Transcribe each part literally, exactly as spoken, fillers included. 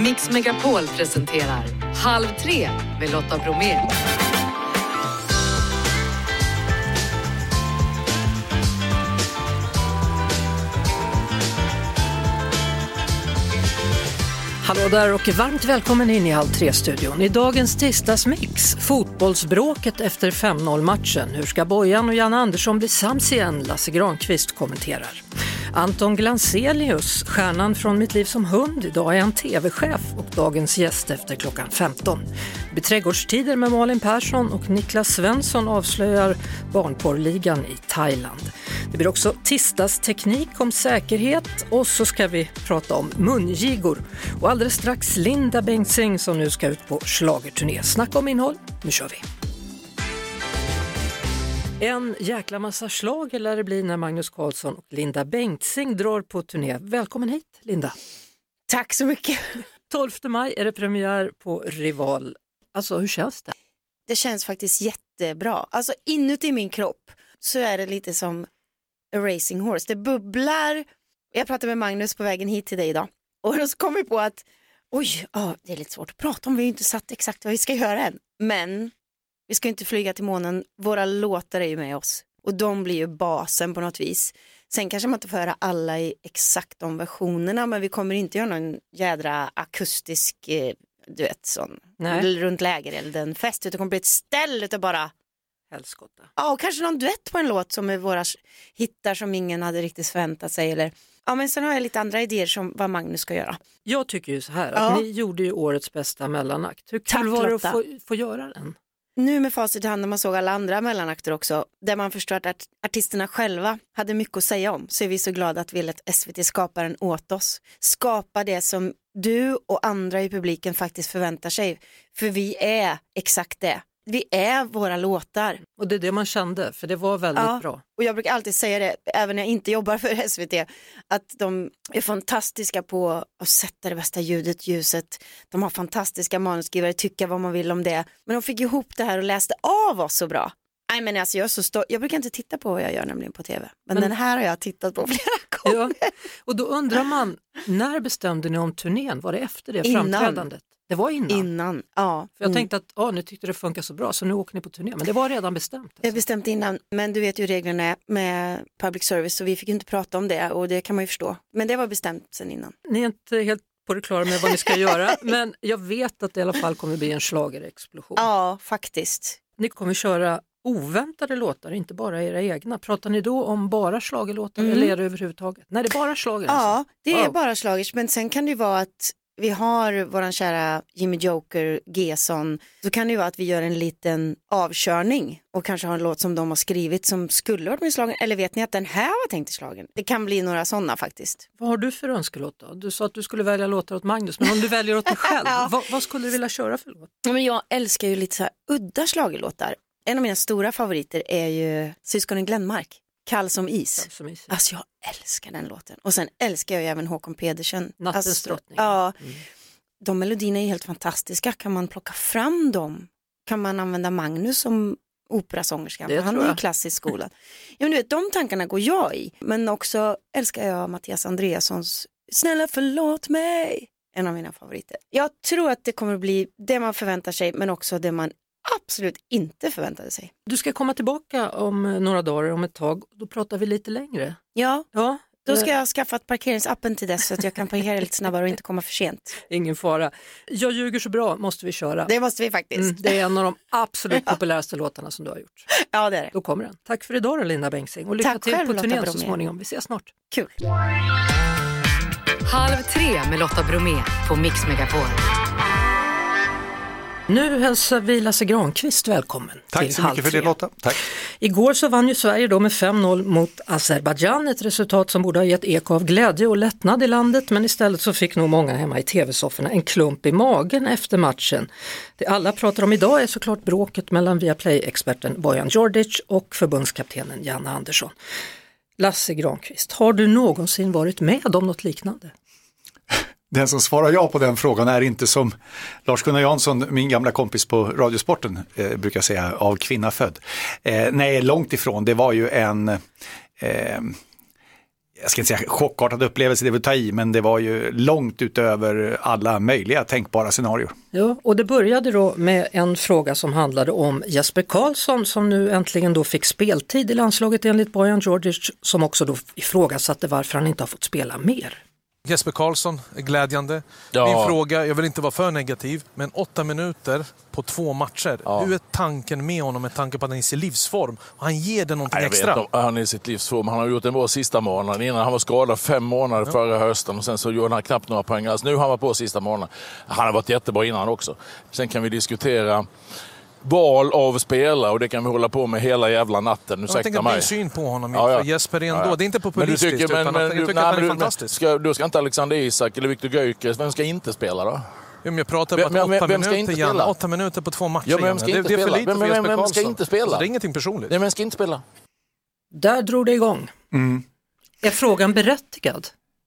Mix Megapol presenterar Halv tre med Lotta Bromé. Hallå där och varmt välkommen in i Halv tre-studion. I dagens tisdagsmix, fotbollsbråket efter fem noll-matchen. Hur ska Bojan och Janne Andersson bli sams igen? Lasse Granqvist kommenterar. Anton Glanzelius, stjärnan från Mitt liv som hund. Idag är han tv-chef och dagens gäst efter klockan femton. Det blir trädgårdstider med Malin Persson och Niklas Svensson avslöjar barnporrligan i Thailand. Det blir också tisdagsteknik om säkerhet och så ska vi prata om mungigor. Och alldeles strax Linda Bengtzing som nu ska ut på schlagerturné. Snacka om innehåll, nu kör vi! En jäkla massa slag lär det bli när Magnus Carlsson och Linda Bengtzing drar på turné. Välkommen hit, Linda. Tack så mycket. tolfte maj är det premiär på Rival. Alltså, hur känns det? Det känns faktiskt jättebra. Alltså, inuti min kropp så är det lite som a racing horse. Det bubblar. Jag pratade med Magnus på vägen hit till dig idag. Och då kom vi på att, oj, ja, det är lite svårt att prata om. Vi har ju inte satt exakt vad vi ska göra än. Men vi ska inte flyga till månen. Våra låtar är ju med oss. Och de blir ju basen på något vis. Sen kanske man inte får höra alla i exakt de versionerna. Men vi kommer inte göra någon jädra akustisk, eh, du vet, sån. Nej. Runt lägerelden fest. Utan det kommer bli ett ställ utav bara helskotta. Ja, och kanske någon duett på en låt som är våra hittar som ingen hade riktigt förväntat sig. Eller ja, men sen har jag lite andra idéer som vad Magnus ska göra. Jag tycker ju så här att ja. ni gjorde ju årets bästa mellanakt. Hur Tack, kul var det Lotta. att få, få göra den? Nu med facit i hand när man såg alla andra mellanakter också, där man förstår att art- artisterna själva hade mycket att säga om, så är vi så glada att vi lät S V T skapa den åt oss. Skapa det som du och andra i publiken faktiskt förväntar sig. För vi är exakt det. Vi är våra låtar. Och det är det man kände, för det var väldigt ja, bra. Och jag brukar alltid säga det, även när jag inte jobbar för S V T, att de är fantastiska på att sätta det bästa ljudet, ljuset. De har fantastiska manuskrivare, tycka vad man vill om det. Men de fick ihop det här och läste av oss så bra. Nej, men alltså jag, är så stå- jag brukar inte titta på vad jag gör nämligen på tv. Men, men den här har jag tittat på flera gånger. Ja. Och då undrar man, när bestämde ni om turnén? Var det efter det innan. framträdandet? Det var innan? Innan, ja. För jag mm. tänkte att ah, nu tyckte det funkar så bra så nu åker ni på turné. Men det var redan bestämt. Alltså. Det är bestämt innan, men du vet ju reglerna med public service så vi fick inte prata om det och det kan man ju förstå. Men det var bestämt sen innan. Ni är inte helt på det klara med vad ni ska göra, men jag vet att det i alla fall kommer bli en schlagerexplosion. Ja, faktiskt. Ni kommer köra oväntade låtar, inte bara era egna. Pratar ni då om bara schlagerlåtar mm. eller är det överhuvudtaget? Nej, det är bara schlager. Ja, alltså. det är wow. bara schlagers, men sen kan det ju vara att vi har våran kära Jimmy Joker, Gesson, så kan det ju vara att vi gör en liten avkörning och kanske har en låt som de har skrivit som skulle varit med i slagen. Eller vet ni att den här var tänkt i slagen? Det kan bli några sådana faktiskt. Vad har du för önskelåt då? Du sa att du skulle välja låtar åt Magnus, men om du väljer åt dig själv, ja. vad, vad skulle du vilja köra för låt? Ja, men jag älskar ju lite så här udda schlagerlåtar. En av mina stora favoriter är ju Syskonen Glenmark. Kall som is. Kall som is. Alltså jag älskar den låten. Och sen älskar jag ju även Håkon Pedersen. Nattens alltså, drottning. Ja, mm. de melodierna är helt fantastiska. Kan man plocka fram dem? Kan man använda Magnus som operasångerska? Han är ju klassisk skola. Ja, men du vet, de tankarna går jag i. Men också älskar jag Mattias Andreassons Snälla förlåt mig. En av mina favoriter. Jag tror att det kommer att bli det man förväntar sig, men också det man absolut inte förväntade sig. Du ska komma tillbaka om några dagar, om ett tag. Då pratar vi lite längre. Ja, ja. Då ska jag skaffa ett parkeringsappen till dess så att jag kan parkera lite snabbare och inte komma för sent. Ingen fara. Jag ljuger så bra, måste vi köra. Det måste vi faktiskt. Mm, det är en av de absolut populäraste låtarna som du har gjort. Ja, det är det. Då kommer den. Tack för idag, Linda Bengtzing. Och lycka Tack till själv, på Lotta turnén Bromé. Så småningom. Vi ses snart. Kul. Halv tre med Lotta Bromé på Mix Megapol. Nu hälsar vi Lasse Granqvist välkommen. Tack till så mycket för det, Lotta. Tack. Igår så vann ju Sverige då med fem noll mot Azerbaijan, ett resultat som borde ha gett eko av glädje och lättnad i landet, men istället så fick nog många hemma i tv-sofforna en klump i magen efter matchen. Det alla pratar om idag är såklart bråket mellan Viaplay-experten Bojan Djordjic och förbundskaptenen Janne Andersson. Lasse Granqvist, har du någonsin varit med om något liknande? Den som svarar ja på den frågan är inte som Lars-Gunnar Jansson, min gamla kompis på Radiosporten, eh, brukar säga, av kvinna född. Eh, nej, långt ifrån. Det var ju en... Eh, jag ska inte säga chockartad upplevelse, det vill ta i, men det var ju långt utöver alla möjliga tänkbara scenarier. Ja, och det började då med en fråga som handlade om Jesper Karlsson som nu äntligen då fick speltid i landslaget enligt Bojan Djordjic, som också då ifrågasatte varför han inte har fått spela mer. Jesper Karlsson är glädjande. Ja. Min fråga, jag vill inte vara för negativ, men åtta minuter på två matcher. Ja. Hur är tanken med honom med tanke på att han är i sin livsform? Han ger det någonting jag extra. Vet, han är i sitt livsform. Han har gjort en bra sista månaden. Innan han var skadad fem månader ja. förra hösten och sen så gjorde han knappt några poäng. Alltså, nu har han varit på sista månaden. Han har varit jättebra innan också. Sen kan vi diskutera val av spelare och det kan vi hålla på med hela jävla natten. Nu jag tänker att det är syn på honom. Ja, ja. För Jesper ändå. Ja, ja. Det är inte populistiskt. Men du tycker, men, men, jag tycker nej, att han är fantastisk. Ska, då ska inte Alexander Isak eller Viktor Gyökeres, vem ska inte spela då? Ja, men jag pratar om att åtta minuter, Jan, åtta minuter på två matcher. Ja, men vem ska det, inte det är för spela? lite men, för Jesper vem, vem ska Karlsson. inte spela? Alltså, det är ingenting personligt. Nej, men ska inte spela. Där drog det igång. Mm. Är frågan berättigad?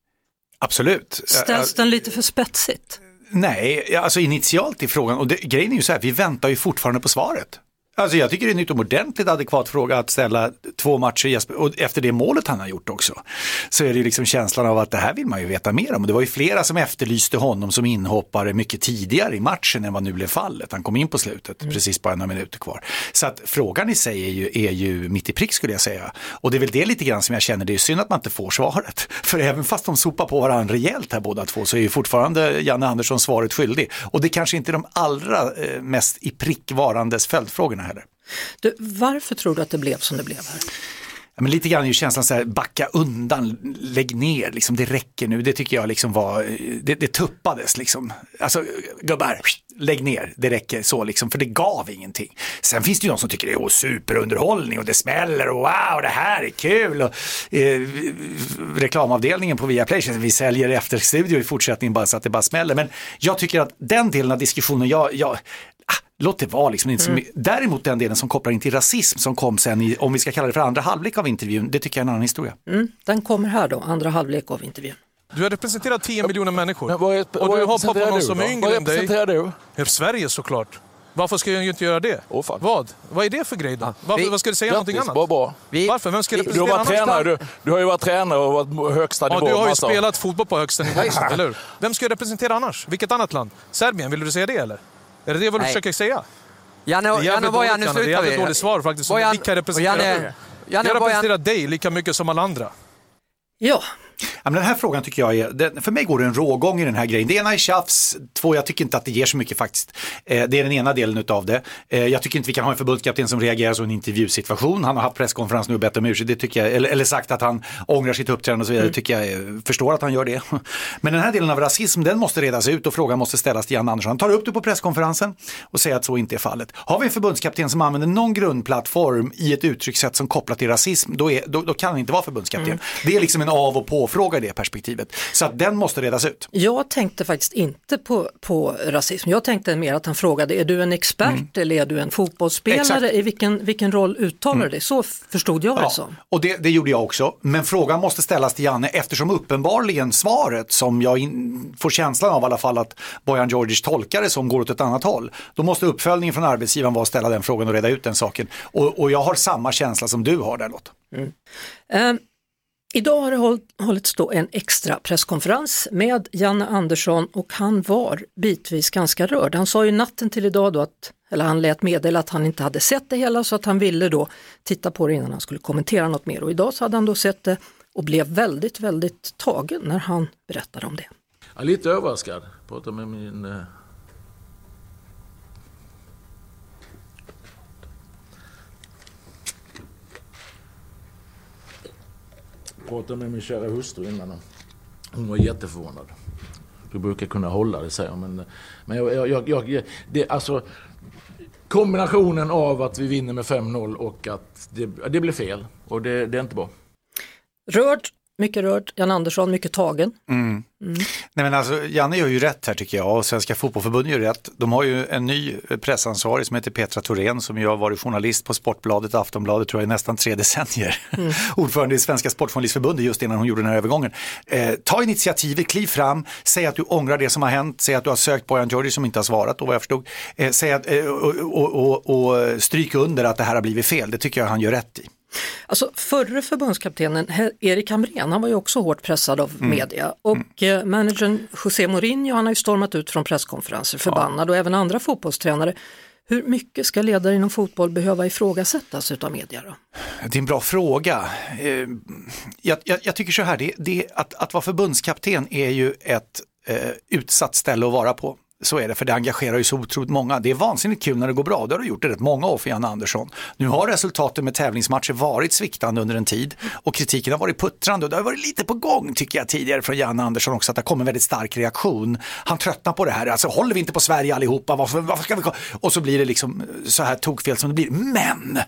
Absolut. Ställs den lite för spetsigt? Nej, alltså initialt i frågan, och det, grejen är ju så här, vi väntar ju fortfarande på svaret. Alltså jag tycker det är en utomordentligt adekvat fråga att ställa två matcher Jesper, och efter det målet han har gjort också så är det ju liksom känslan av att det här vill man ju veta mer om. Och det var ju flera som efterlyste honom som inhoppare mycket tidigare i matchen än vad nu blev fallet. Han kom in på slutet, mm. precis bara några minuter kvar. Så att frågan i sig är ju, är ju mitt i prick skulle jag säga. Och det är väl det lite grann som jag känner, det är synd att man inte får svaret. För även fast de sopar på varandra rejält här båda två så är ju fortfarande Janne Andersson svaret skyldig. Och det kanske inte är de allra eh, mest i prick varandes följdfrågorna heller. Du, varför tror du att det blev som det blev här? Ja, men lite grann är ju känslan så här, backa undan, lägg ner, liksom, det räcker nu. Det tycker jag liksom var, det, det tuppades liksom. Alltså, gubbar, lägg ner, det räcker så liksom, för det gav ingenting. Sen finns det ju de som tycker det är superunderhållning och det smäller och wow, det här är kul. Och, eh, reklamavdelningen på Viaplay, vi säljer efter studio i fortsättningen bara så att det bara smäller. Men jag tycker att den delen av diskussionen, jag... jag låt det vara liksom inte så mycket. Däremot den delen som kopplar in till rasism som kom sen i, om vi ska kalla det för andra halvlek av intervjun, det tycker jag är en annan historia. Mm, den kommer här då, andra halvlek av intervjun. Du har representerat tio miljoner människor. Men vad är, vad och du har pappa någon du, som är yngre vad än dig. Vad representerar du? Sverige såklart. Varför ska jag ju inte göra det? Oh, vad? Vad är det för grej då? Varför, vi, vad ska du säga grattis, någonting annat? Bra, bra. Vi, Varför? Vem ska vi, representera du har varit tränare, du, du har ju varit tränare och varit högsta ja, nivå. Du har ju massa. spelat fotboll på högsta nivå, eller hur? Vem ska jag representera annars? Vilket annat land? Serbien, vill du säga det eller? Är det det vad du Nej. försöker säga? Janne, och Janne, Bojan, nu slutar vi. Det är jävligt dåligt svar faktiskt. Bojan, vilka representerar Janne, du? Janne, jag representerar Bojan. dig lika mycket som alla andra. Ja. Ja, men den här frågan tycker jag är, den, för mig går det en rågång i den här grejen. Det ena är tjafs, två, jag tycker inte att det ger så mycket faktiskt. Eh, det är den ena delen av det. Eh, jag tycker inte vi kan ha en förbundskapten som reagerar så i en intervjusituation. Han har haft presskonferens nu och bett om ursäkt, det tycker jag, eller, eller sagt att han ångrar sitt uppträdande och så vidare, mm. tycker jag, jag förstår att han gör det. Men den här delen av rasism, den måste redas ut och frågan måste ställas till Janne Andersson. Han tar upp det på presskonferensen och säger att så inte är fallet. Har vi en förbundskapten som använder någon grundplattform i ett uttryckssätt som kopplat till rasism, då, är, då, då kan han inte vara förbundskapten. Mm. Det är liksom en av- och på-fråga i det perspektivet. Så att den måste redas ut. Jag tänkte faktiskt inte på, på rasism. Jag tänkte mer att han frågade, är du en expert mm. eller är du en fotbollsspelare? Exakt. I vilken, vilken roll uttalar mm. det? Så förstod jag ja. det som. Och det, det gjorde jag också. Men frågan måste ställas till Janne eftersom uppenbarligen svaret som jag in, får känslan av i alla fall att Bojan Djordjic tolkar det som går åt ett annat håll. Då måste uppföljningen från arbetsgivaren vara att ställa den frågan och reda ut den saken. Och, och jag har samma känsla som du har där, Lotta. Mm. Um. Idag har det hållits då en extra presskonferens med Janne Andersson och han var bitvis ganska rörd. Han sa ju natten till idag då att, eller han lät meddela att han inte hade sett det hela så att han ville då titta på det innan han skulle kommentera något mer. Och idag så hade han då sett det och blev väldigt, väldigt tagen när han berättade om det. Jag är lite överraskad. Jag pratade med min... Jag pratade med min kära hustru innan. Hon var jätteförvånad. Du brukar kunna hålla det, säger jag. Men, men jag, jag, jag, det, alltså, kombinationen av att vi vinner med fem noll och att det, det blir fel. Och det, det är inte bra. Rörd, mycket rörd. Jan Andersson, mycket tagen. Mm. Mm. Nej men alltså, Janne gör ju rätt här tycker jag och Svenska fotbollförbundet gör rätt. De har ju en ny pressansvarig som heter Petra Thorén som ju har varit journalist på Sportbladet och Aftonbladet tror jag i nästan tre decennier. Mm. Ordförande i Svenska Sportjournalistförbundet just innan hon gjorde den här övergången. Eh, ta initiativet, kliv fram, säg att du ångrar det som har hänt, säg att du har sökt Bojan Djordjic som inte har svarat och vad jag förstod. Eh, säg att, eh, och, och, och, och stryk under att det här har blivit fel, det tycker jag han gör rätt i. Alltså förre förbundskaptenen Erik Hamrén, han var ju också hårt pressad av mm. media och mm. managern José Mourinho, han har ju stormat ut från presskonferenser förbannad ja. och även andra fotbollstränare. Hur mycket ska ledare inom fotboll behöva ifrågasättas utav media då? Det är en bra fråga. Jag, jag, jag tycker så här, det, det, att, att vara förbundskapten är ju ett eh, utsatt ställe att vara på. Så är det, för det engagerar ju så otroligt många. Det är vansinnigt kul när det går bra. Det har du gjort det rätt många år för Janne Andersson. Nu har resultaten med tävlingsmatcher varit sviktande under en tid och kritiken har varit puttrande och det har varit lite på gång tycker jag tidigare från Janne Andersson också att det kommer en väldigt stark reaktion. Han tröttnar på det här. Alltså håller vi inte på Sverige allihopa? Varför, varför ska vi... Och så blir det liksom så här tokfel som det blir. Men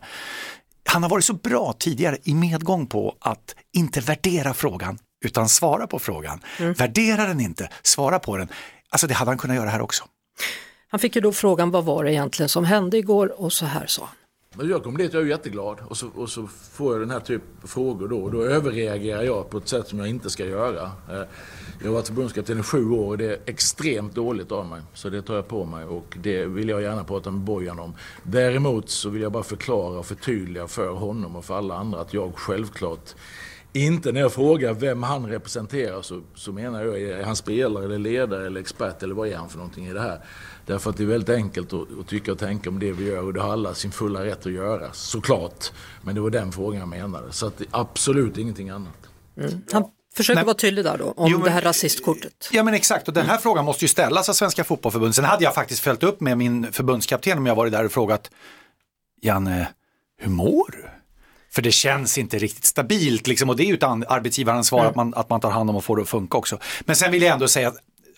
han har varit så bra tidigare i medgång på att inte värdera frågan utan svara på frågan. Mm. Värdera den inte, svara på den. Alltså det hade han kunnat göra här också. Han fick ju då frågan vad var det egentligen som hände igår och så här sa han. Men jag kom dit, jag är jätteglad och så, och så får jag den här typen av frågor då och då överreagerar jag på ett sätt som jag inte ska göra. Jag har varit förbundskapten i sju år och det är extremt dåligt av mig. Så det tar jag på mig och det vill jag gärna prata med Bojan om. Däremot så vill jag bara förklara och förtydliga för honom och för alla andra att jag självklart inte när jag frågar vem han representerar så, så menar jag är han spelare eller ledare eller expert eller vad är han för någonting i det här. Därför att det är väldigt enkelt att, att tycka och tänka om det vi gör och det har alla sin fulla rätt att göra, såklart. Men det var den frågan jag menade, så att absolut ingenting annat. Mm. Han försöker Nej. vara tydlig där då, om jo, men, det här rasistkortet. Ja men exakt, och den här mm. frågan måste ju ställas av Svenska fotbollförbundet. Sen hade jag faktiskt följt upp med min förbundskapten om jag varit där och frågat Janne, hur mår du? För det känns inte riktigt stabilt liksom, och det är ju ett arbetsgivaransvar mm. att, man, att man tar hand om och får det att funka också. Men sen vill jag ändå säga att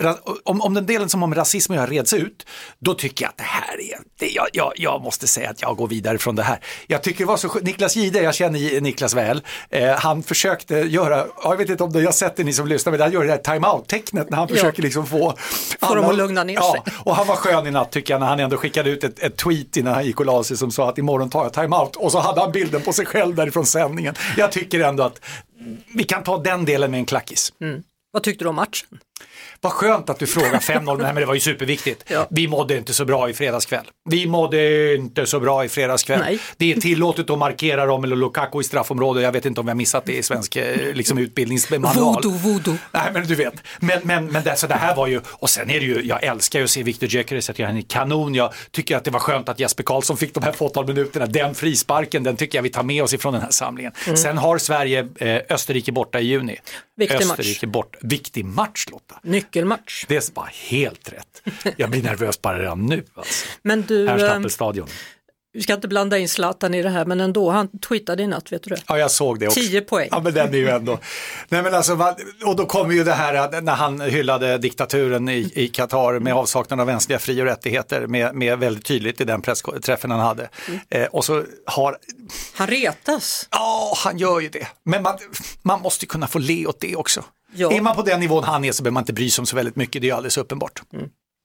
om, om den delen som om rasism jag reds ut, då tycker jag att det här är, det, jag, jag, jag måste säga att jag går vidare från det här. Jag tycker det var så, Niklas Gide, jag känner Niklas väl, eh, han försökte göra, jag vet inte om det, jag sett det ni som lyssnar, men han gör det där time-out-tecknet när han ja. försöker liksom få... Får dem att lugna ner ja, sig. Och han var skön i natt tycker jag när han ändå skickade ut ett, ett tweet innan han gick och la sig som sa att imorgon tar jag time-out och så hade han bilden på sig själv därifrån sändningen. Jag tycker ändå att vi kan ta den delen med en klackis. Mm. Vad tyckte du om matchen? Vad skönt att du frågar fem noll, men det var ju superviktigt. Ja. Vi mådde inte så bra i fredagskväll. Vi mådde inte så bra i fredagskväll. Nej. Det är tillåtet att markera Romelu Lukaku i straffområdet. Jag vet inte om vi har missat det i svensk liksom, utbildningsmanual. Voodoo, voodoo. Nej, men du vet. Men, men, men det, så det här var ju, och sen är det ju, jag älskar ju att se Victor Gyökeres, jag tycker han är kanon. Jag tycker att det var skönt att Jesper Karlsson fick de här fåtal minuterna. Den frisparken, den tycker jag vi tar med oss ifrån den här samlingen. Mm. Sen har Sverige eh, Österrike borta i juni. Viktig Österrike match. Bort. Viktig match, Lotta. Nyckelmatch. Det var helt rätt. Jag blir nervös bara redan nu. Alltså. Men du, Erstappelstadion. Vi ska inte blanda in Zlatan i det här, men ändå, han tweetade i natt, vet du det? Ja, jag såg det också. tio poäng. Ja, men den är ju ändå... Nej, men alltså, och då kommer ju det här när han hyllade diktaturen i, i Qatar med avsaknad av mänskliga fri- och rättigheter med, med väldigt tydligt i den pressträffen han hade. Mm. Eh, och så har... Han retas. Ja, han gör ju det. Men man, man måste kunna få le åt det också. Ja. Är man på den nivån han är så behöver man inte bry sig om så väldigt mycket, det är ju alldeles uppenbart. Mm.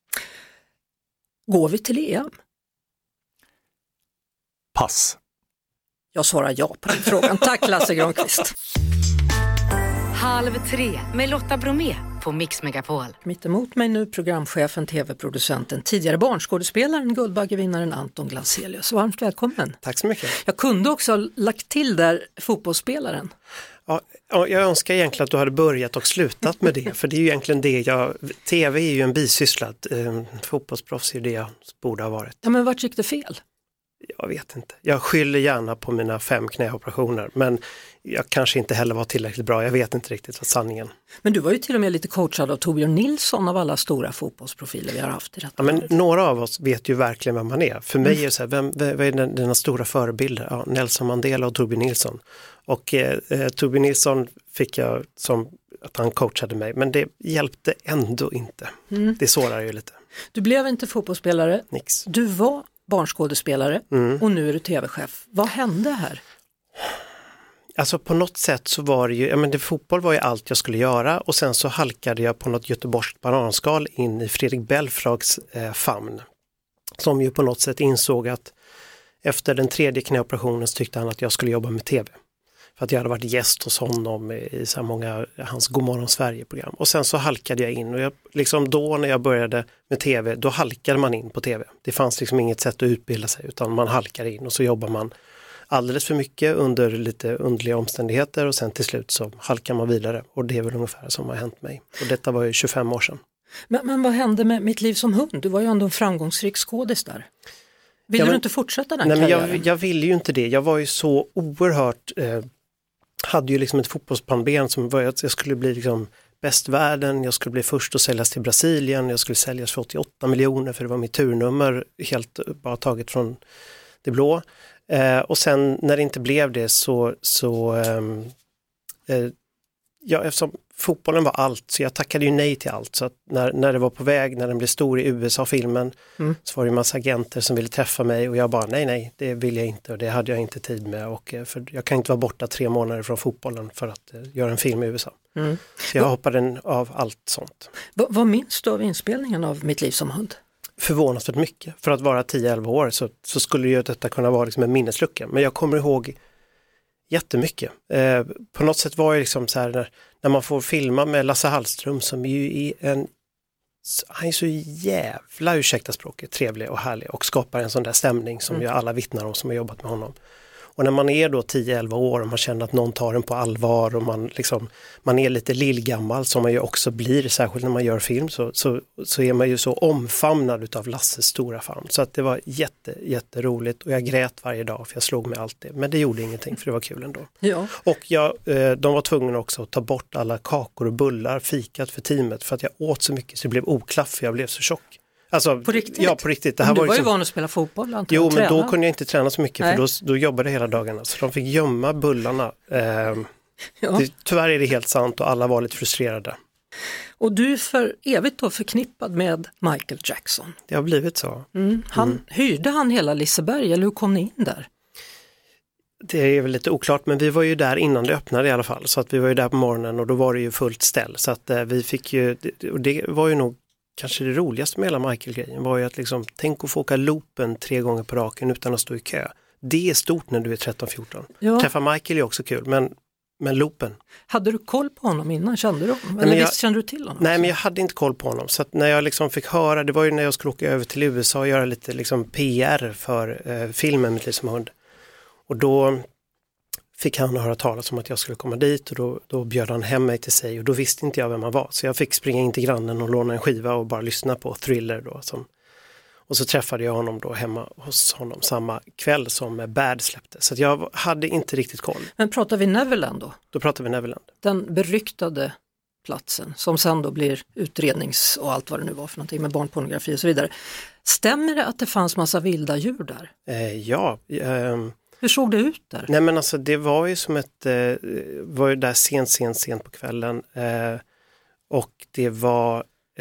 Går vi till E M? Pass. Jag svarar ja på den frågan. Tack Lasse Granqvist. Halv tre med Lotta Bromé på Mix Megapol. Mitt emot mig nu programchefen, tv-producenten, tidigare barnskådespelaren, Guldbaggevinnaren Anton Glanzelius. Varmt välkommen. Tack så mycket. Jag kunde också ha lagt till där fotbollsspelaren. Ja, jag önskar egentligen att du hade börjat och slutat med det, för det är ju egentligen det jag, tv är ju en bisyssla, eh, fotbollsproffs är det jag borde ha varit. Ja, men vart gick det fel? Jag vet inte. Jag skyller gärna på mina fem knäoperationer, men jag kanske inte heller var tillräckligt bra. Jag vet inte riktigt vad sanningen. Men du var ju till och med lite coachad av Torbjörn Nilsson av alla stora fotbollsprofiler vi har haft i detta. Ja, men några av oss vet ju verkligen vem man är. För mig är det så här, vem, vad är den, dina stora förebilder? Ja, Nelson Mandela och Torbjörn Nilsson. Och eh, Torbjörn Nilsson fick jag som att han coachade mig, men det hjälpte ändå inte. Mm. Det sårar ju lite. Du blev inte fotbollsspelare. Nix. Du var barnskådespelare mm. och nu är du tv-chef. Vad hände här? Alltså på något sätt så var det ju, ja men det, fotboll var ju allt jag skulle göra och sen så halkade jag på något göteborgskt bananskal in i Fredrik Belfrags eh, famn. Som ju på något sätt insåg att efter den tredje knäoperationen så tyckte han att jag skulle jobba med tv. För att jag hade varit gäst hos honom i så här många, hans Godmorgon Sverige-program. Och sen så halkade jag in och jag, liksom då när jag började med tv, då halkade man in på tv. Det fanns liksom inget sätt att utbilda sig utan man halkade in och så jobbar man alldeles för mycket under lite underliga omständigheter och sen till slut så halkar man vidare. Och det är väl ungefär som har hänt mig. Och detta var ju tjugofem år sedan. Men, men vad hände med Mitt liv som hund? Du var ju ändå en framgångsrik skådis där. Vill ja, men, du inte fortsätta den nej, men karriären? jag, jag ville ju inte det. Jag var ju så oerhört... Eh, hade ju liksom ett fotbollspannben som var att jag skulle bli liksom bäst världen, jag skulle bli först att säljas till Brasilien, jag skulle säljas för åttioåtta miljoner för det var mitt turnummer helt bara taget från det blå. Eh, och sen när det inte blev det så, så ehm, eh, ja, eftersom fotbollen var allt så jag tackade ju nej till allt. Så att när, när det var på väg, när den blev stor i U S A-filmen mm. så var det en massa agenter som ville träffa mig och jag bara nej, nej, det vill jag inte och det hade jag inte tid med. Och, för jag kan inte vara borta tre månader från fotbollen för att uh, göra en film i U S A. Mm. Så jag hoppade av allt sånt. Va, vad minns du av inspelningen av Mitt liv som hund? Förvånansvärt mycket. För att vara tio elva år så, så skulle ju detta kunna vara liksom en minneslucka. Men jag kommer ihåg jättemycket. Eh, på något sätt var det liksom så här när, när man får filma med Lasse Hallström som ju är en han är så jävla, ursäkta språket, trevlig och härlig och skapar en sån där stämning som mm. ju alla vittnar om som har jobbat med honom. Och när man är då tio elva år och man känner att någon tar en på allvar och man, liksom, man är lite lillgammal som man ju också blir, särskilt när man gör film så, så, så är man ju så omfamnad utav Lasses stora famn. Så att det var jätte, jätteroligt och jag grät varje dag för jag slog med allt det. Men det gjorde ingenting för det var kul ändå. Ja. Och jag, de var tvungna också att ta bort alla kakor och bullar, fikat för teamet för att jag åt så mycket så det blev oklaff för jag blev så tjock. Alltså, på riktigt? Ja, på riktigt. Det här men du var, var ju liksom... van att spela fotboll. Antar jo, men träna. Då kunde jag inte träna så mycket Nej. för då, då jobbade jag hela dagarna. Så de fick gömma bullarna. Eh, ja. det, tyvärr är det helt sant och alla var lite frustrerade. Och du är för evigt då förknippad med Michael Jackson. Det har blivit så. Mm. Han, mm. Hyrde han hela Liseberg eller hur kom ni in där? Det är väl lite oklart men vi var ju där innan det öppnade i alla fall. Så att vi var ju där på morgonen och då var det ju fullt ställ. Så att eh, vi fick ju, och det var ju nog kanske det roligaste med hela Michael-grejen var ju att liksom, tänk att få åka loopen tre gånger på raken utan att stå i kö. Det är stort när du är tretton fjorton. Ja. Träffa Michael är också kul, men, men loopen. Hade du koll på honom innan? Kände du honom? Eller jag, visst kände du till honom? Nej, men jag hade inte koll på honom. Så att när jag liksom fick höra, det var ju när jag skulle åka över till U S A och göra lite liksom P R för eh, filmen Mitt liv som hund. Och då fick han höra talas om att jag skulle komma dit och då, då bjöd han hem mig till sig och då visste inte jag vem han var. Så jag fick springa in till grannen och låna en skiva och bara lyssna på Thriller då. Som, och så träffade jag honom då hemma hos honom samma kväll som Bad släppte. Så att jag hade inte riktigt koll. Men pratar vi Neverland då? Då pratar vi Neverland. Den beryktade platsen som sen då blir utrednings och allt vad det nu var för någonting med barnpornografi och så vidare. Stämmer det att det fanns massa vilda djur där? Eh, ja, eh, hur såg det ut där? Nej men alltså det var ju som ett, eh, var ju där sent, sent, sent på kvällen eh, och det var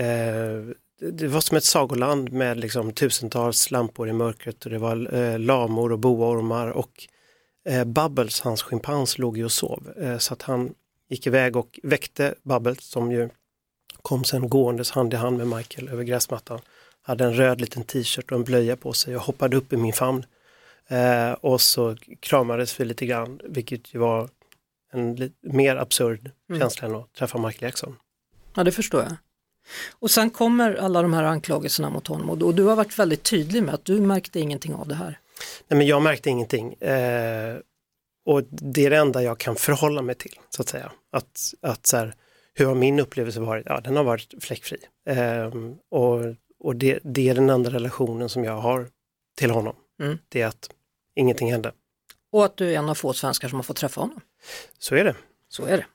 eh, det var som ett sagoland med liksom tusentals lampor i mörkret och det var eh, lamor och boormar och eh, Bubbles, hans schimpans, låg ju och sov eh, så att han gick iväg och väckte Bubbles som ju kom sen gåendes hand i hand med Michael över gräsmattan, hade en röd liten t-shirt och en blöja på sig och hoppade upp i min famn. Eh, och så kramades vi lite grann, vilket ju var en li- mer absurd mm. känsla än att träffa Michael Jackson. Ja, det förstår jag. Och sen kommer alla de här anklagelserna mot honom och, och du har varit väldigt tydlig med att du märkte ingenting av det här. Nej, men jag märkte ingenting. Eh, och det är det enda jag kan förhålla mig till, så att säga. Att, att så här, hur har min upplevelse varit? Ja, den har varit fläckfri. Eh, och och det, det är den enda relationen som jag har till honom. Mm. Det är att ingenting hände. Och att du är en av få svenskar som har fått träffa honom. Så är det. Så är det.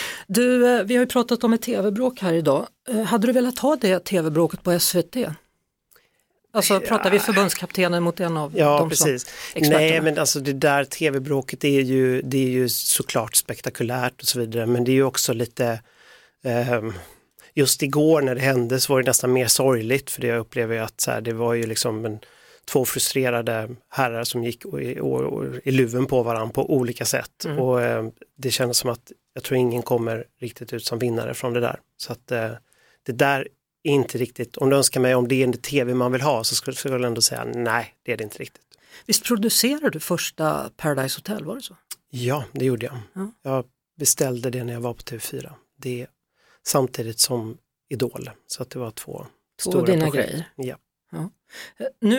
Du, vi har ju pratat om ett tv-bråk här idag. Hade du velat ha det tv-bråket på S V T? Alltså pratar vi förbundskaptenen mot en av ja, de precis. som experterna? Nej, men alltså det där tv-bråket är ju, det är ju såklart spektakulärt och så vidare. Men det är ju också lite... Um, just igår när det hände så var det nästan mer sorgligt för det jag upplever att så här, det var ju liksom en, två frustrerade herrar som gick och, och, och, i luven på varandra på olika sätt mm. och eh, det kändes som att jag tror ingen kommer riktigt ut som vinnare från det där. Så att eh, det där är inte riktigt, om du önskar mig om det är en tv man vill ha så skulle, skulle jag ändå säga nej, det är det inte riktigt. Visst producerade du första Paradise Hotel, var det så? Ja, det gjorde jag. Ja. Jag beställde det när jag var på T V fyra. Det samtidigt som Idol. Så att det var två, två stora dina projekt. grejer. Ja. Ja. Nu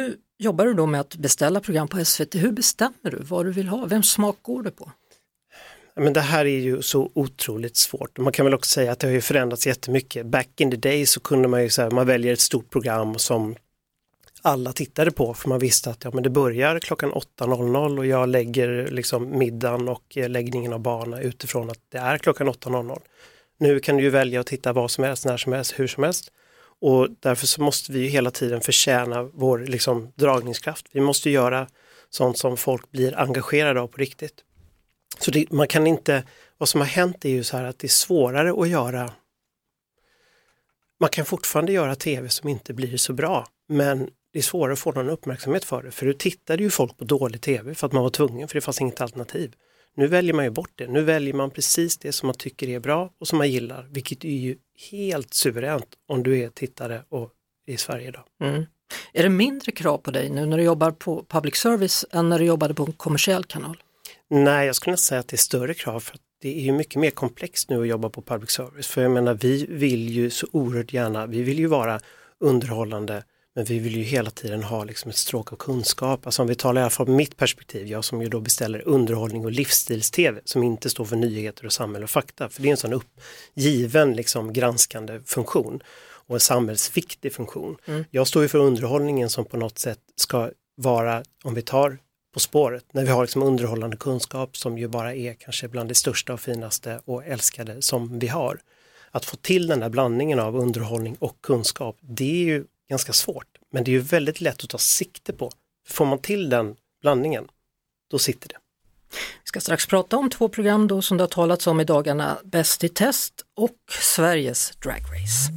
jobbar du då med att beställa program på S V T. Hur bestämmer du vad du vill ha? Vems smak går det på? Men det här är ju så otroligt svårt. Man kan väl också säga att det har ju förändrats jättemycket. Back in the day så kunde man ju säga man väljer ett stort program som alla tittade på, för man visste att ja, men det börjar klockan åtta och jag lägger liksom middagen och läggningen av barnen utifrån att det är klockan åtta. Nu kan du ju välja att titta vad som helst, när som helst, hur som helst. Och därför så måste vi ju hela tiden förtjäna vår liksom dragningskraft. Vi måste göra sånt som folk blir engagerade av på riktigt. Så det, man kan inte, vad som har hänt är ju så här att det är svårare att göra, man kan fortfarande göra tv som inte blir så bra, men det är svårare att få någon uppmärksamhet för det. För du tittade ju folk på dålig tv för att man var tvungen, för det fanns inget alternativ. Nu väljer man ju bort det. Nu väljer man precis det som man tycker är bra och som man gillar, vilket är ju helt suveränt om du är tittare och i Sverige idag. Mm. Är det mindre krav på dig nu när du jobbar på public service än när du jobbade på en kommersiell kanal? Nej, jag skulle inte säga att det är större krav, för att det är ju mycket mer komplext nu att jobba på public service. För jag menar, vi vill ju så oerhört gärna, vi vill ju vara underhållande, men vi vill ju hela tiden ha liksom ett stråk av kunskap. Alltså om vi talar i alla fall från mitt perspektiv, jag som ju då beställer underhållning och livsstils-tv som inte står för nyheter och samhälle och fakta. För det är en sån uppgiven liksom granskande funktion och en samhällsviktig funktion. Mm. Jag står ju för underhållningen som på något sätt ska vara, om vi tar På spåret, när vi har liksom underhållande kunskap som ju bara är kanske bland det största och finaste och älskade som vi har. Att få till den där blandningen av underhållning och kunskap, det är ju ganska svårt. Men det är ju väldigt lätt att ta sikte på. Får man till den blandningen, då sitter det. Vi ska strax prata om två program då som det har talats om i dagarna, Bäst i test och Sveriges Drag Race.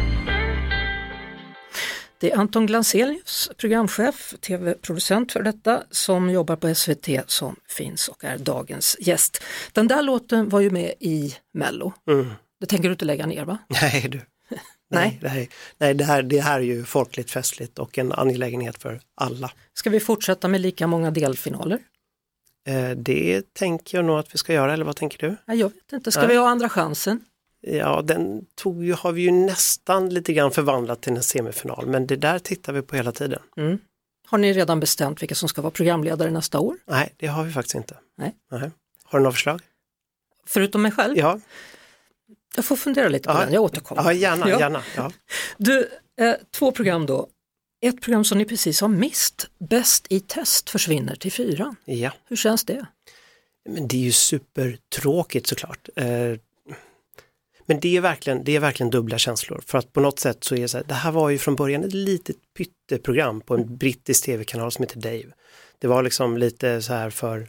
Det är Anton Glanzelius, programchef, tv-producent för detta, som jobbar på S V T, som finns och är dagens gäst. Den där låten var ju med i Mello. Mm. Det tänker du inte lägga ner, va? Nej du. Nej, nej, nej det, här, det här är ju folkligt festligt och en angelägenhet för alla. Ska vi fortsätta med lika många delfinaler? Eh, det tänker jag nog att vi ska göra, eller vad tänker du? Nej, jag vet inte. Ska nej. vi ha andra chansen? Ja, den tog ju, har vi ju nästan lite grann förvandlat till en semifinal, men det där tittar vi på hela tiden. Mm. Har ni redan bestämt vilka som ska vara programledare nästa år? Nej, det har vi faktiskt inte. Nej. Nej. Har du några förslag? Förutom mig själv? Ja. Jag får fundera lite på ja. den, jag återkommer. Ja, gärna, ja. gärna. Ja. Du, eh, två program då. Ett program som ni precis har mist, Bäst i test, försvinner till fyran. Ja. Hur känns det? Men det är ju supertråkigt såklart. Eh, Men det är, verkligen, det är verkligen dubbla känslor. För att på något sätt så är det så här, det här var ju från början ett litet pytteprogram på en brittisk tv-kanal som heter Dave. Det var liksom lite så här för,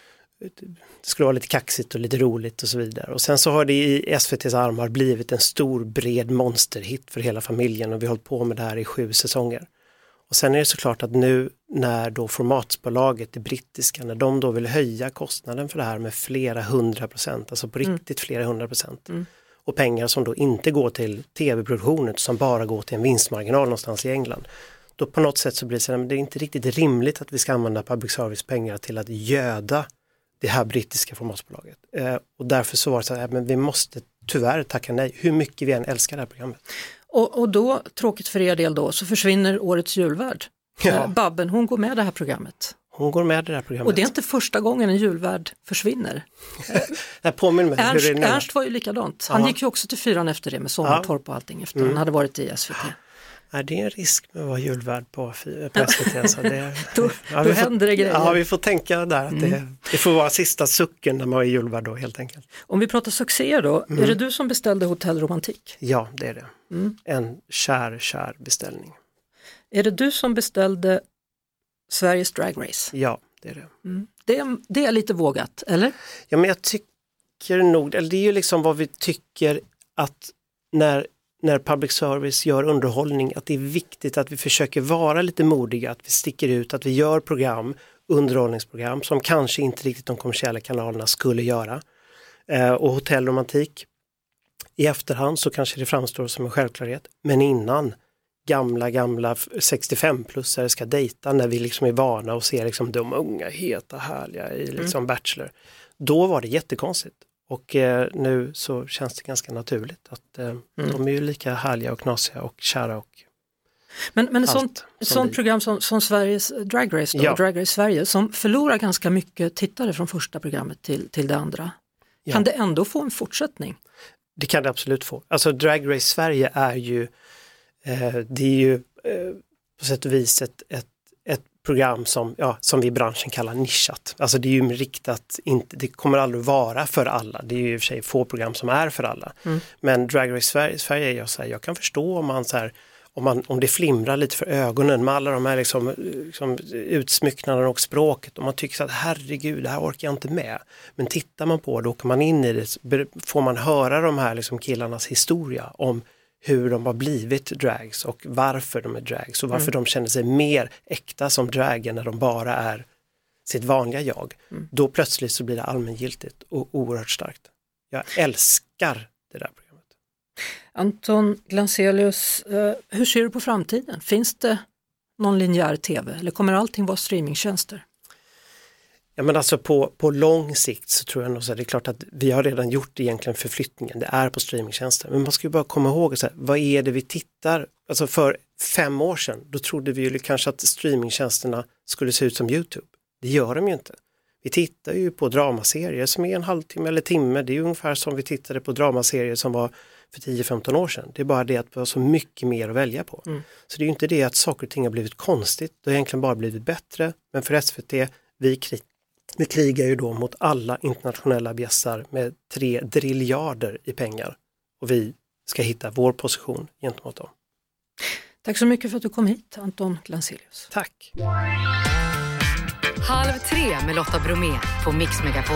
det skulle vara lite kaxigt och lite roligt och så vidare. Och sen så har det i S V T:s armar blivit en stor bred monsterhit för hela familjen och vi har hållit på med det här i sju säsonger. Och sen är det såklart att nu när då formatsbolaget, det brittiska, när de då vill höja kostnaden för det här med flera hundra procent, alltså på riktigt mm. flera hundra procent. Mm. Och pengar som då inte går till tv-produktionen som bara går till en vinstmarginal någonstans i England. Då på något sätt så blir det så här, men det är inte riktigt rimligt att vi ska använda public service-pengar till att göda det här brittiska formatsbolaget. Eh, och därför så var det så här, men vi måste tyvärr tacka nej, hur mycket vi än älskar det här programmet. Och, och då, tråkigt för er del då, så försvinner årets julvärd. Ja. Eh, Babben, hon går med det här programmet. Hon går med det här programmet. Och det är inte första gången en julvärd försvinner. Jag påminner mig. Ernst, hur det är Ernst var ju likadant. Han Aha. gick ju också till fyran efter det med Sommartorp och allting efter. Mm. Han hade varit i S V T. Nej, det är en risk med att vara julvärd på, på S V T. Så det, då ja, då händer det grejer. Ja, vi får tänka där. Att mm. det, det får vara sista sucken när man är julvärd då helt enkelt. Om vi pratar succéer då. Mm. Är det du som beställde Hotell Romantik? Ja, det är det. Mm. En kär, kär beställning. Är det du som beställde Sveriges Drag Race? Ja, det är det. Mm. Det, är, det är lite vågat, eller? Ja, men jag tycker nog, eller det är ju liksom vad vi tycker att när, när public service gör underhållning, att det är viktigt att vi försöker vara lite modiga, att vi sticker ut, att vi gör program, underhållningsprogram som kanske inte riktigt de kommersiella kanalerna skulle göra. Eh, och Hotell Romantik, i efterhand så kanske det framstår som en självklarhet, men innan gamla, gamla sextiofem-plussare ska dejta när vi liksom är vana och ser liksom de unga, heta, härliga i liksom mm. Bachelor. Då var det jättekonstigt. Och eh, nu så känns det ganska naturligt att eh, mm. de är ju lika härliga och knasiga och kära och Men, men ett sånt, ett sånt program som, som Sveriges Drag Race, då, ja. Drag Race Sverige, som förlorar ganska mycket tittare från första programmet till, till det andra. Ja. Kan det ändå få en fortsättning? Det kan det absolut få. Alltså Drag Race Sverige är ju, eh, det är ju eh, på sätt och vis ett, ett, ett program som, ja, som vi i branschen kallar nischat. Alltså det är ju riktat, inte, det kommer aldrig vara för alla. Det är ju i och för sig få program som är för alla. Mm. Men Drag Race Sverige, Sverige är jag så här, jag kan förstå om man så här, om, man, om det flimrar lite för ögonen med alla de här liksom, liksom utsmycknaderna och språket, och man tycker så att herregud, det här orkar jag inte med. Men tittar man på det, åker man in i det, får man höra de här liksom killarnas historia om hur de har blivit drags och varför de är drags och varför mm. de känner sig mer äkta som dragen när de bara är sitt vanliga jag. Mm. Då plötsligt så blir det allmängiltigt och oerhört starkt. Jag älskar det där programmet. Anton Glanzelius, hur ser du på framtiden? Finns det någon linjär tv eller kommer allting vara streamingtjänster? Ja, men alltså på, på lång sikt så tror jag nog så här, det är klart att vi har redan gjort egentligen förflyttningen, det är på streamingtjänster. Men man ska ju bara komma ihåg så här, vad är det vi tittar, alltså för fem år sedan då trodde vi ju kanske att streamingtjänsterna skulle se ut som YouTube. Det gör de ju inte. Vi tittar ju på dramaserier som är en halvtimme eller timme, det är ju ungefär som vi tittade på dramaserier som var för tio femton år sedan. Det är bara det att vi har så mycket mer att välja på. Mm. Så det är ju inte det att saker och ting har blivit konstigt, det har egentligen bara blivit bättre, men för S V T, vi kritar Vi krigar ju då mot alla internationella bjässar med tre driljarder i pengar. Och vi ska hitta vår position gentemot dem. Tack så mycket för att du kom hit, Anton Glanzelius. Tack. Halv tre med Lotta Bromé på Mix Megapol.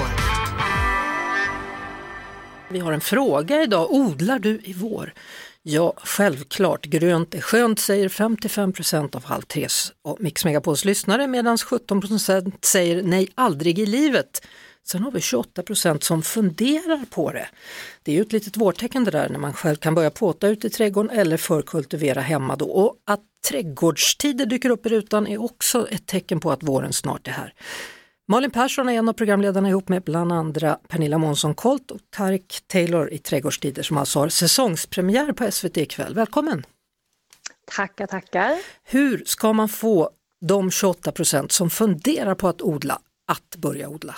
Vi har en fråga idag. Odlar du i vår? Ja, självklart. Grönt är skönt, säger femtiofem procent av Halv tres och Mix Megapols lyssnare, medan sjutton procent säger nej, aldrig i livet. Sen har vi tjugoåtta procent som funderar på det. Det är ju ett litet vårtecken det där när man själv kan börja påta ut i trädgården eller förkultivera hemma då. Och att trädgårdstider dyker upp i rutan är också ett tecken på att våren snart är här. Malin Persson är en av programledarna ihop med bland andra Pernilla Månsson-Colt och Tarik Taylor i Trädgårdstider, som alltså har säsongspremiär på S V T ikväll. Välkommen! Tackar, tackar. Hur ska man få de tjugoåtta procent som funderar på att odla att börja odla?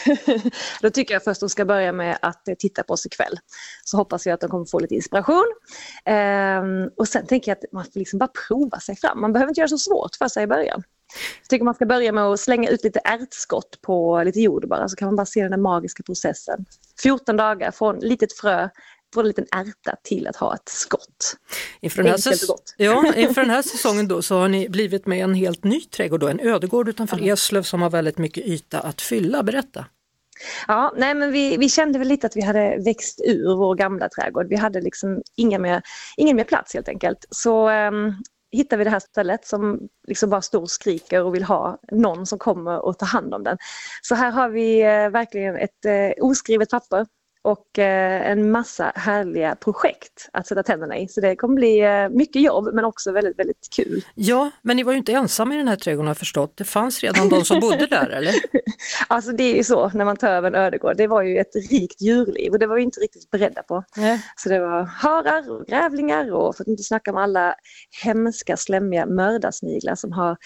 Då tycker jag först att de ska börja med att titta på oss ikväll. Så hoppas jag att de kommer få lite inspiration. Ehm, och sen tänker jag att man får liksom bara prova sig fram. Man behöver inte göra så svårt för sig i början. Jag tycker man ska börja med att slänga ut lite ärtskott på lite jord bara, så kan man bara se den där magiska processen. fjorton dagar från litet frö, från en liten ärta till att ha ett skott. Inför den, här säs- ja, inför den här säsongen då så har ni blivit med en helt ny trädgård då, en ödegård utanför mm. Eslöv som har väldigt mycket yta att fylla. Berätta. Ja, nej men vi, vi kände väl lite att vi hade växt ur vår gamla trädgård. Vi hade liksom inga mer, ingen mer plats helt enkelt. Så um, hittar vi det här stället som liksom bara står och skriker och vill ha någon som kommer och tar hand om den. Så här har vi uh, verkligen ett uh, oskrivet papper och eh, en massa härliga projekt att sätta tänderna i. Så det kommer bli eh, mycket jobb, men också väldigt, väldigt kul. Ja, men ni var ju inte ensamma i den här trädgården, har jag förstått. Det fanns redan de som bodde där, eller? Alltså det är ju så när man tar över en ödegård. Det var ju ett rikt djurliv och det var vi inte riktigt beredda på. Nej. Så det var harar och grävlingar och för att inte snacka om alla hemska, slämmiga mördarsniglar som har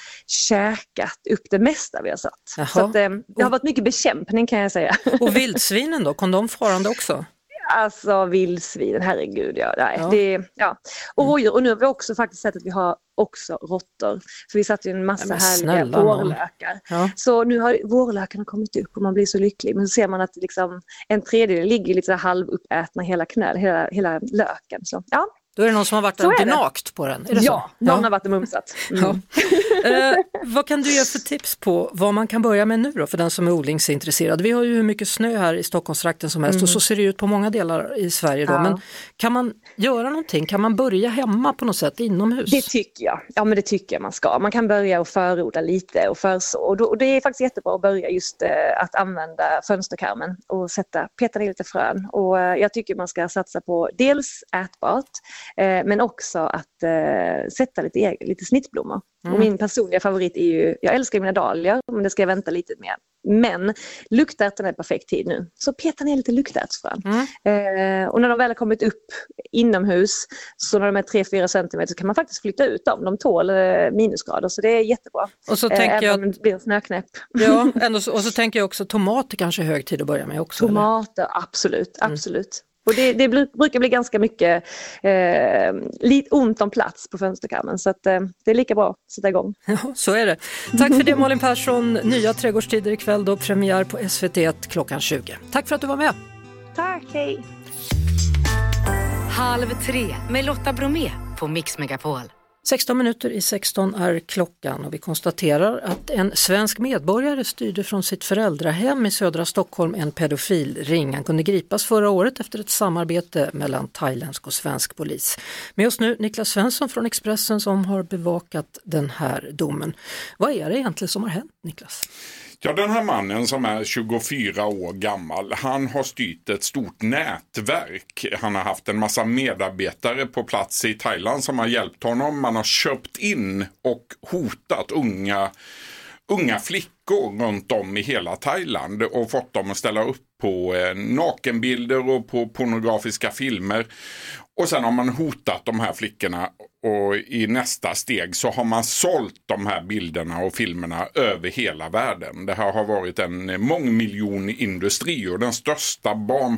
käkat upp det mesta vi har satt. Jaha. Så att, eh, det har varit mycket bekämpning, kan jag säga. Och vildsvinen då? Kom de farande också? Alltså vildsvin, herregud. Ja, nej, ja. Det, ja. Och rådjur. Och nu har vi också faktiskt sett att vi har också råttor. För vi satt ju en massa ja, härliga vårlökar. Ja. Så nu har vårlökarna kommit upp och man blir så lycklig. Men så ser man att liksom, en tredjedel ligger lite så halvuppätna hela knöl, hela, hela löken. Så, ja. Då är det någon som har varit och gnagt på den. Är det ja, så? någon ja. har varit och mumsat. Mm. Ja. eh, vad kan du ge för tips på vad man kan börja med nu då för den som är odlingsintresserad? Vi har ju hur mycket snö här i Stockholmstrakten som helst mm. och så ser det ut på många delar i Sverige då. Ja. Men kan man göra någonting? Kan man börja hemma på något sätt inomhus? Det tycker jag. Ja, men det tycker jag man ska. Man kan börja och förodla lite och förså. Och, då, och det är faktiskt jättebra att börja just eh, att använda fönsterkarmen och sätta, peta ner lite frön. Och eh, jag tycker man ska satsa på dels ätbart eh, men också att eh, sätta lite, lite snittblommor. Mm. Och min personliga favorit är ju, jag älskar mina dahlior men det ska jag vänta lite med Men luktärten är perfekt tid nu. Så petar ner lite luktärtsfrön. Mm. Eh, och när de väl har kommit upp inomhus, så när de är tre till fyra centimeter, så kan man faktiskt flytta ut dem. De tål eh, minusgrader, så det är jättebra. Och så tänker eh, jag även om det blir en snöknäpp. Ja, och så, och så tänker jag också tomater kanske är hög tid att börja med också. Tomater, eller? absolut, absolut. Mm. Och det, det brukar bli ganska mycket eh, lite ont om plats på fönsterkarmen, så att, eh, det är lika bra att sätta igång. Ja, så är det. Tack för det Malin Persson. Nya trädgårdstider ikväll då, premiär på S V T ett klockan tjugo. Tack för att du var med. Tack, hej. Halv tre med Lotta Bromé på Mix Megapol. sexton minuter i sexton är klockan och vi konstaterar att en svensk medborgare styrde från sitt föräldrahem i södra Stockholm en pedofilring. Han kunde gripas förra året efter ett samarbete mellan thailändsk och svensk polis. Med oss nu Niklas Svensson från Expressen som har bevakat den här domen. Vad är det egentligen som har hänt, Niklas? Ja, den här mannen som är tjugofyra år gammal, han har styrt ett stort nätverk. Han har haft en massa medarbetare på plats i Thailand som har hjälpt honom. Man har köpt in och hotat unga, unga flickor runt om i hela Thailand och fått dem att ställa upp på eh, nakenbilder och på pornografiska filmer. Och sen har man hotat de här flickorna och i nästa steg så har man sålt de här bilderna och filmerna över hela världen. Det här har varit en mångmiljonindustri och den största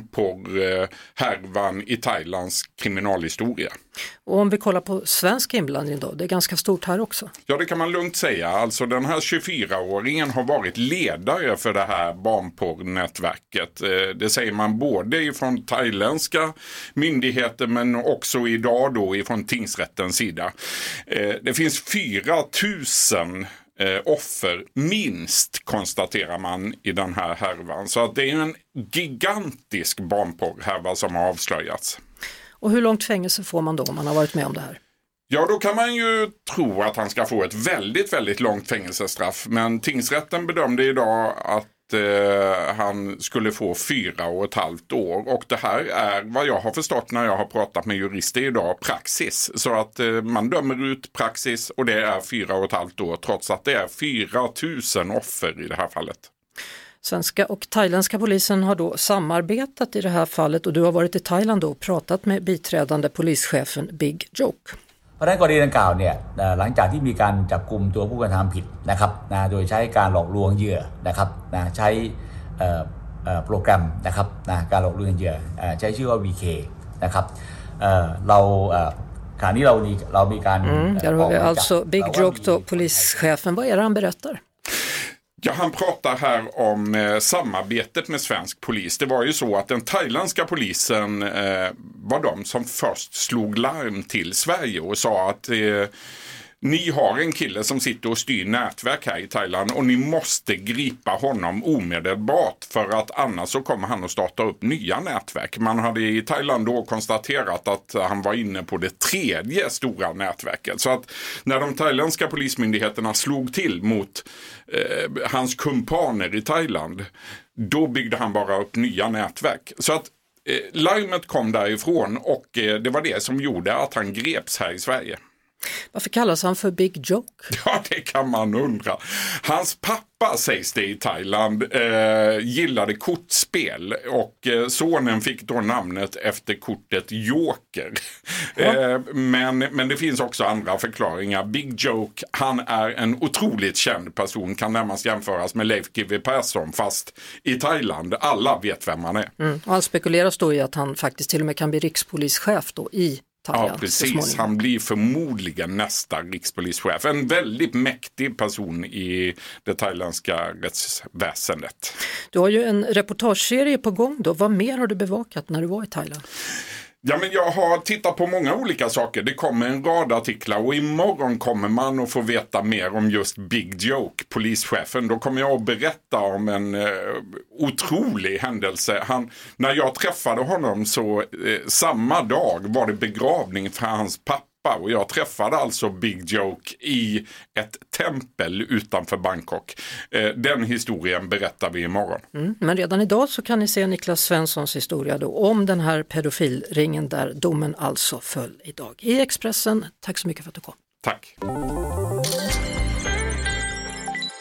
barnporrhärvan i Thailands kriminalhistoria. Och om vi kollar på svensk inblandning då, det är ganska stort här också. Ja, det kan man lugnt säga. Alltså den här tjugofyraåringen har varit ledare för det här barnporrnätverket. Det säger man både ifrån thailändska myndigheter men också idag då ifrån tingsrättens sida. Det finns fyra tusen offer minst, konstaterar man i den här härvan. Så att det är en gigantisk barnporrhärva som har avslöjats. Och hur långt fängelse får man då om man har varit med om det här? Ja, då kan man ju tro att han ska få ett väldigt, väldigt långt fängelsestraff. Men tingsrätten bedömde idag att eh, han skulle få fyra och ett halvt år. Och det här är, vad jag har förstått när jag har pratat med jurister idag, praxis. Så att eh, man dömer ut praxis och det är fyra och ett halvt år trots att det är fyra tusen offer i det här fallet. Svenska och thailändska polisen har då samarbetat i det här fallet och du har varit i Thailand då och pratat med biträdande polischefen Big Joke. เพราะฉะนั้นกรณีดังกล่าวเนี่ยหลังจากที่มีการจับกุมตัวผู้กระทำผิดนะครับนะโดยใช้การหลอกลวงเหยื่อนะครับนะใช้โปรแกรมนะครับนะการหลอกลวงเหยื่อใช้ชื่อว่า วี เค นะครับเราขณะนี้เราเรามีการ Där har vi alltså Big Joke då, polischefen. Vad är det han berättar? Ja, han pratar här om eh, samarbetet med svensk polis. Det var ju så att den thailändska polisen eh, var de som först slog larm till Sverige och sa att eh, ni har en kille som sitter och styr nätverk här i Thailand och ni måste gripa honom omedelbart för att annars så kommer han att starta upp nya nätverk. Man hade i Thailand då konstaterat att han var inne på det tredje stora nätverket. Så att när de thailändska polismyndigheterna slog till mot eh, hans kumpaner i Thailand, då byggde han bara upp nya nätverk. Så att eh, larmet kom därifrån och eh, det var det som gjorde att han greps här i Sverige. Varför kallas han för Big Joke? Ja, det kan man undra. Hans pappa, sägs det i Thailand, eh, gillade kortspel och eh, sonen fick då namnet efter kortet Joker. Ja. Eh, men, men det finns också andra förklaringar. Big Joke, han är en otroligt känd person, kan närmast jämföras med Leif G W Persson, fast i Thailand, alla vet vem han är. Mm. Och han spekuleras då i att han faktiskt till och med kan bli rikspolischef då i Thailand. Ja, precis. Han blir förmodligen nästa rikspolischef. En väldigt mäktig person i det thailändska rättsväsendet. Du har ju en reportageserie på gång då. Vad mer har du bevakat när du var i Thailand? Ja, men jag har tittat på många olika saker. Det kommer en rad artiklar och imorgon kommer man att få veta mer om just Big Joke, polischefen. Då kommer jag att berätta om en eh, otrolig händelse. Han, när jag träffade honom så eh, samma dag var det begravning för hans pappa. Och jag träffade alltså Big Joke i ett tempel utanför Bangkok. Den historien berättar vi imorgon. Mm, men redan idag så kan ni se Niklas Svenssons historia då om den här pedofilringen där domen alltså föll idag. I Expressen, tack så mycket för att du kom. Tack.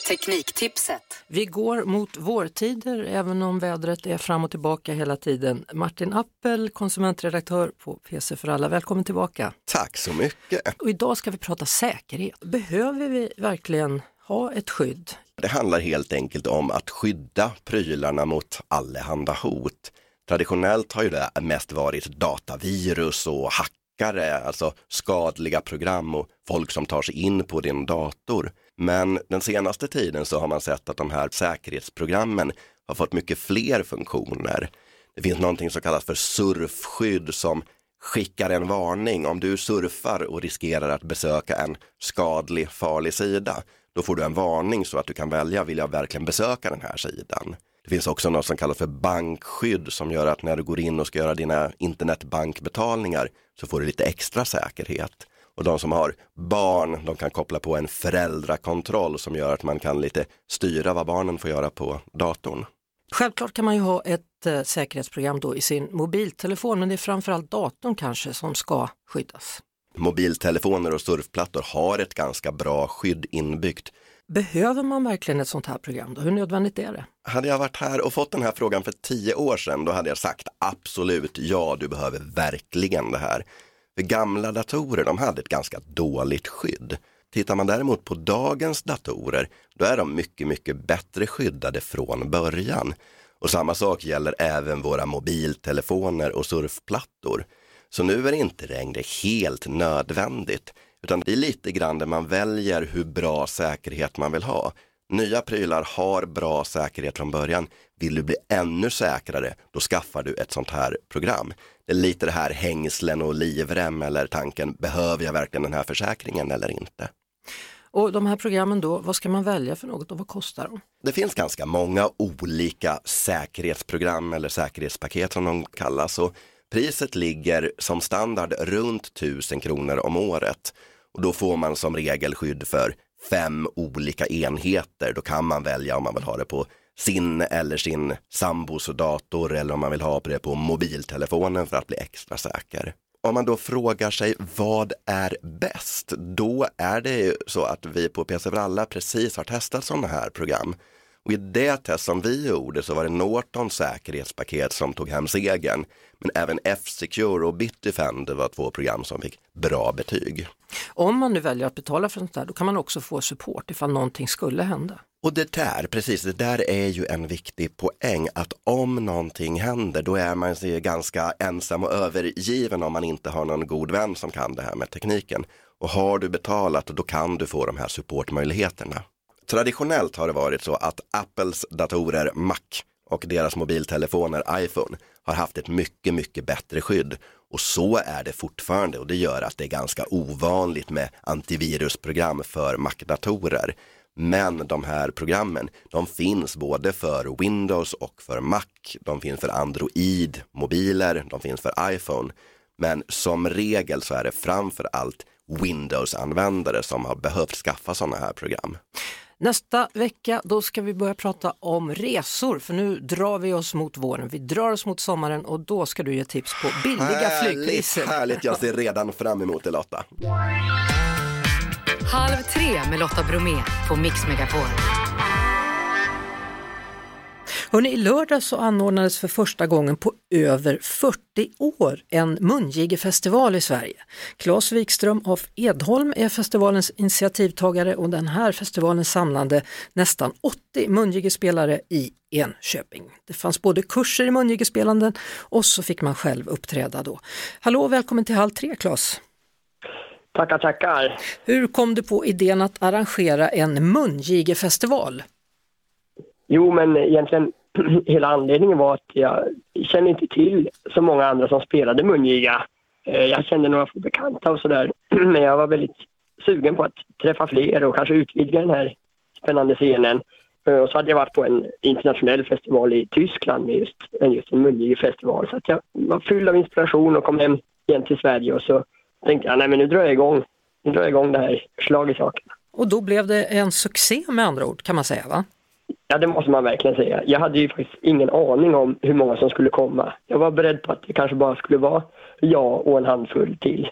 Tekniktipset. Vi går mot vårtider även om vädret är fram och tillbaka hela tiden. Martin Appel, konsumentredaktör på P C för alla. Välkommen tillbaka. Tack så mycket. Och idag ska vi prata säkerhet. Behöver vi verkligen ha ett skydd? Det handlar helt enkelt om att skydda prylarna mot allehanda hot. Traditionellt har ju det mest varit datavirus och hackare, alltså skadliga program och folk som tar sig in på din dator. Men den senaste tiden så har man sett att de här säkerhetsprogrammen har fått mycket fler funktioner. Det finns någonting som kallas för surfskydd som skickar en varning. Om du surfar och riskerar att besöka en skadlig, farlig sida, då får du en varning så att du kan välja, vill jag verkligen besöka den här sidan. Det finns också något som kallas för bankskydd som gör att när du går in och ska göra dina internetbankbetalningar så får du lite extra säkerhet. Och de som har barn, de kan koppla på en föräldrakontroll som gör att man kan lite styra vad barnen får göra på datorn. Självklart kan man ju ha ett eh, säkerhetsprogram då i sin mobiltelefon, men det är framförallt datorn kanske som ska skyddas. Mobiltelefoner och surfplattor har ett ganska bra skydd inbyggt. Behöver man verkligen ett sånt här program då? Hur nödvändigt är det? Hade jag varit här och fått den här frågan för tio år sedan, då hade jag sagt absolut ja, du behöver verkligen det här. För gamla datorer, de hade ett ganska dåligt skydd. Tittar man däremot på dagens datorer, då är de mycket, mycket bättre skyddade från början. Och samma sak gäller även våra mobiltelefoner och surfplattor. Så nu är det inte längre helt nödvändigt, utan det är lite grann där man väljer hur bra säkerhet man vill ha. Nya prylar har bra säkerhet från början. Vill du bli ännu säkrare, då skaffar du ett sånt här program. Det är lite det här hängslen och livrem eller tanken, behöver jag verkligen den här försäkringen eller inte? Och de här programmen då, vad ska man välja för något och vad kostar de? Det finns ganska många olika säkerhetsprogram eller säkerhetspaket som de kallas, och priset ligger som standard runt tusen kronor om året. Och då får man som regel skydd för fem olika enheter. Då kan man välja om man vill ha det på sin eller sin sambos dator eller om man vill ha det på mobiltelefonen för att bli extra säker. Om man då frågar sig vad är bäst, då är det ju så att vi på P C för alla precis har testat sådana här program. Och i det test som vi gjorde så var det Nortons säkerhetspaket som tog hem segern. Men även F-Secure och Bitdefender var två program som fick bra betyg. Om man nu väljer att betala för sånt här, då kan man också få support ifall någonting skulle hända. Och det där, precis, det där är ju en viktig poäng, att om någonting händer, då är man sig ganska ensam och övergiven om man inte har någon god vän som kan det här med tekniken. Och har du betalat, då kan du få de här supportmöjligheterna. Traditionellt har det varit så att Apples datorer Mac och deras mobiltelefoner iPhone har haft ett mycket, mycket bättre skydd. Och så är det fortfarande, och det gör att det är ganska ovanligt med antivirusprogram för Mac-datorer. Men de här programmen, de finns både för Windows och för Mac. De finns för Android-mobiler, de finns för iPhone. Men som regel så är det framför allt Windows-användare som har behövt skaffa sådana här program. Nästa vecka då ska vi börja prata om resor, för nu drar vi oss mot våren. Vi drar oss mot sommaren och då ska du ge tips på billiga härligt, flygpriser. Härligt, jag ser redan fram emot det, Lotta. Halv tre med Lotta Bromé på Mix Megapol. Hörrni, i lördag så anordnades för första gången på över fyrtio år en Mungigefestival i Sverige. Claes Wikström av Edholm är festivalens initiativtagare, och den här festivalen samlade nästan åttio Mungigespelare i Enköping. Det fanns både kurser i Mungigespelanden och så fick man själv uppträda då. Hallå, välkommen till Halv tre, Claes. Tackar, tackar. Hur kom du på idén att arrangera en Mungigefestival? Jo, men egentligen hela anledningen var att jag kände inte till så många andra som spelade mungiga. Jag kände några bekanta och sådär, men jag var väldigt sugen på att träffa fler och kanske utvidga den här spännande scenen. Och så hade jag varit på en internationell festival i Tyskland med just, just en mungigefestival, så att jag var full av inspiration och kom hem igen till Sverige, och så tänkte jag, nej men nu drar jag igång, nu drar jag igång det här slag i saken. Och då blev det en succé med andra ord, kan man säga, va? Ja, det måste man verkligen säga. Jag hade ju faktiskt ingen aning om hur många som skulle komma. Jag var beredd på att det kanske bara skulle vara jag och en handfull till.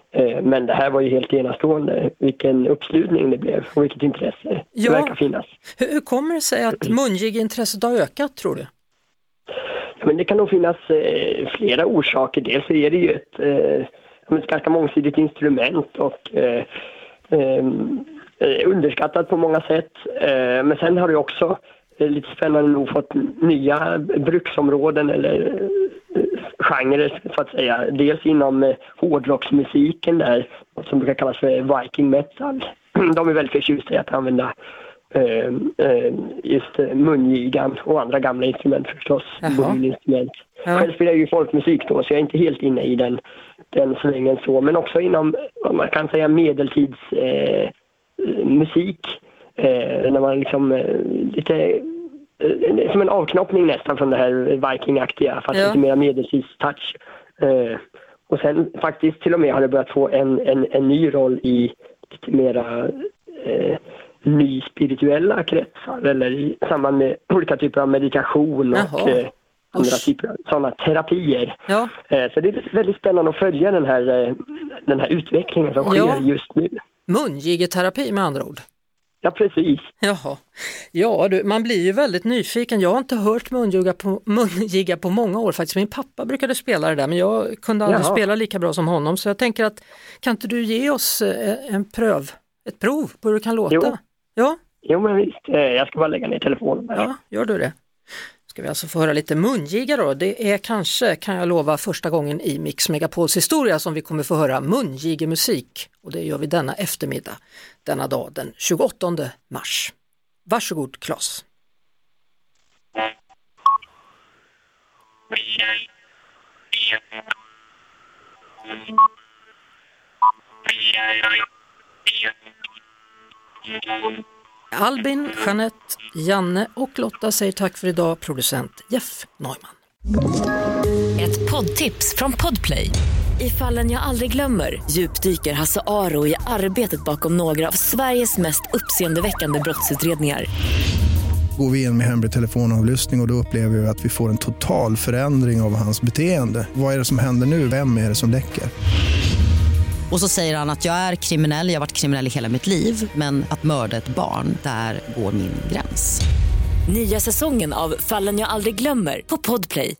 Eh, men det här var ju helt enastående. Vilken uppslutning det blev och vilket intresse ja. det verkar finnas. Hur, hur kommer det sig att mungigeintresset har ökat, tror du? Ja, men det kan nog finnas eh, flera orsaker. Dels så är det ju ett, eh, ett ganska mångsidigt instrument och eh, eh, underskattat på många sätt. Eh, men sen har det också eh, lite spännande nog fått nya bruksområden eller eh, genrer så att säga. Dels inom eh, hårdrocksmusiken där, som brukar kallas för Viking metal. De är väldigt förtjusta i att använda Uh, uh, just uh, mungigan och andra gamla instrument förstås. Instrument. Ja. Själv spelar jag ju folkmusik då, så jag är inte helt inne i den, den svängen så. Men också inom, vad man kan säga, medeltids uh, musik. Uh, när man liksom uh, lite uh, som en avknoppning nästan från det här vikingaktiga, fast ja. lite mer medeltids-touch. Uh, och sen faktiskt till och med har det börjat få en, en, en ny roll i lite mera uh, ny spirituella kretsar eller i samband med olika typer av meditation och eh, andra typer av sådana terapier. Ja. Eh, så det är väldigt spännande att följa den här, eh, den här utvecklingen som sker ja. just nu. Mungigeterapi med andra ord. Ja, precis. Jaha. Ja, du, man blir ju väldigt nyfiken. Jag har inte hört mungiga på, mungiga på många år faktiskt. Min pappa brukade spela det där, men jag kunde aldrig Jaha. spela lika bra som honom. Så jag tänker att, kan inte du ge oss en pröv, ett prov på hur det kan låta? Jo. Ja. Jo, men visst. Jag ska bara lägga ner telefonen. Ja, gör du det. Ska vi alltså få höra lite mungiga då. Det är kanske, kan jag lova, första gången i Mix Megapols historia som vi kommer få höra mungigemusik. Och det gör vi denna eftermiddag, denna dag, den tjugoåttonde mars. Varsågod, Claes. Albin, Jeanette, Janne och Lotta säger tack för idag, producent Jeff Neumann. Ett poddtips från Podplay. I Fallen jag aldrig glömmer djupdyker Hasse Aro i arbetet bakom några av Sveriges mest uppseendeväckande brottsutredningar. Går vi in med hemlig telefonavlyssning och, och då upplever vi att vi får en total förändring av hans beteende. Vad är det som händer nu? Vem är det som läcker? Och så säger han att jag är kriminell, jag har varit kriminell i hela mitt liv. Men att mörda ett barn, där går min gräns. Nya säsongen av Fallen jag aldrig glömmer på Podplay.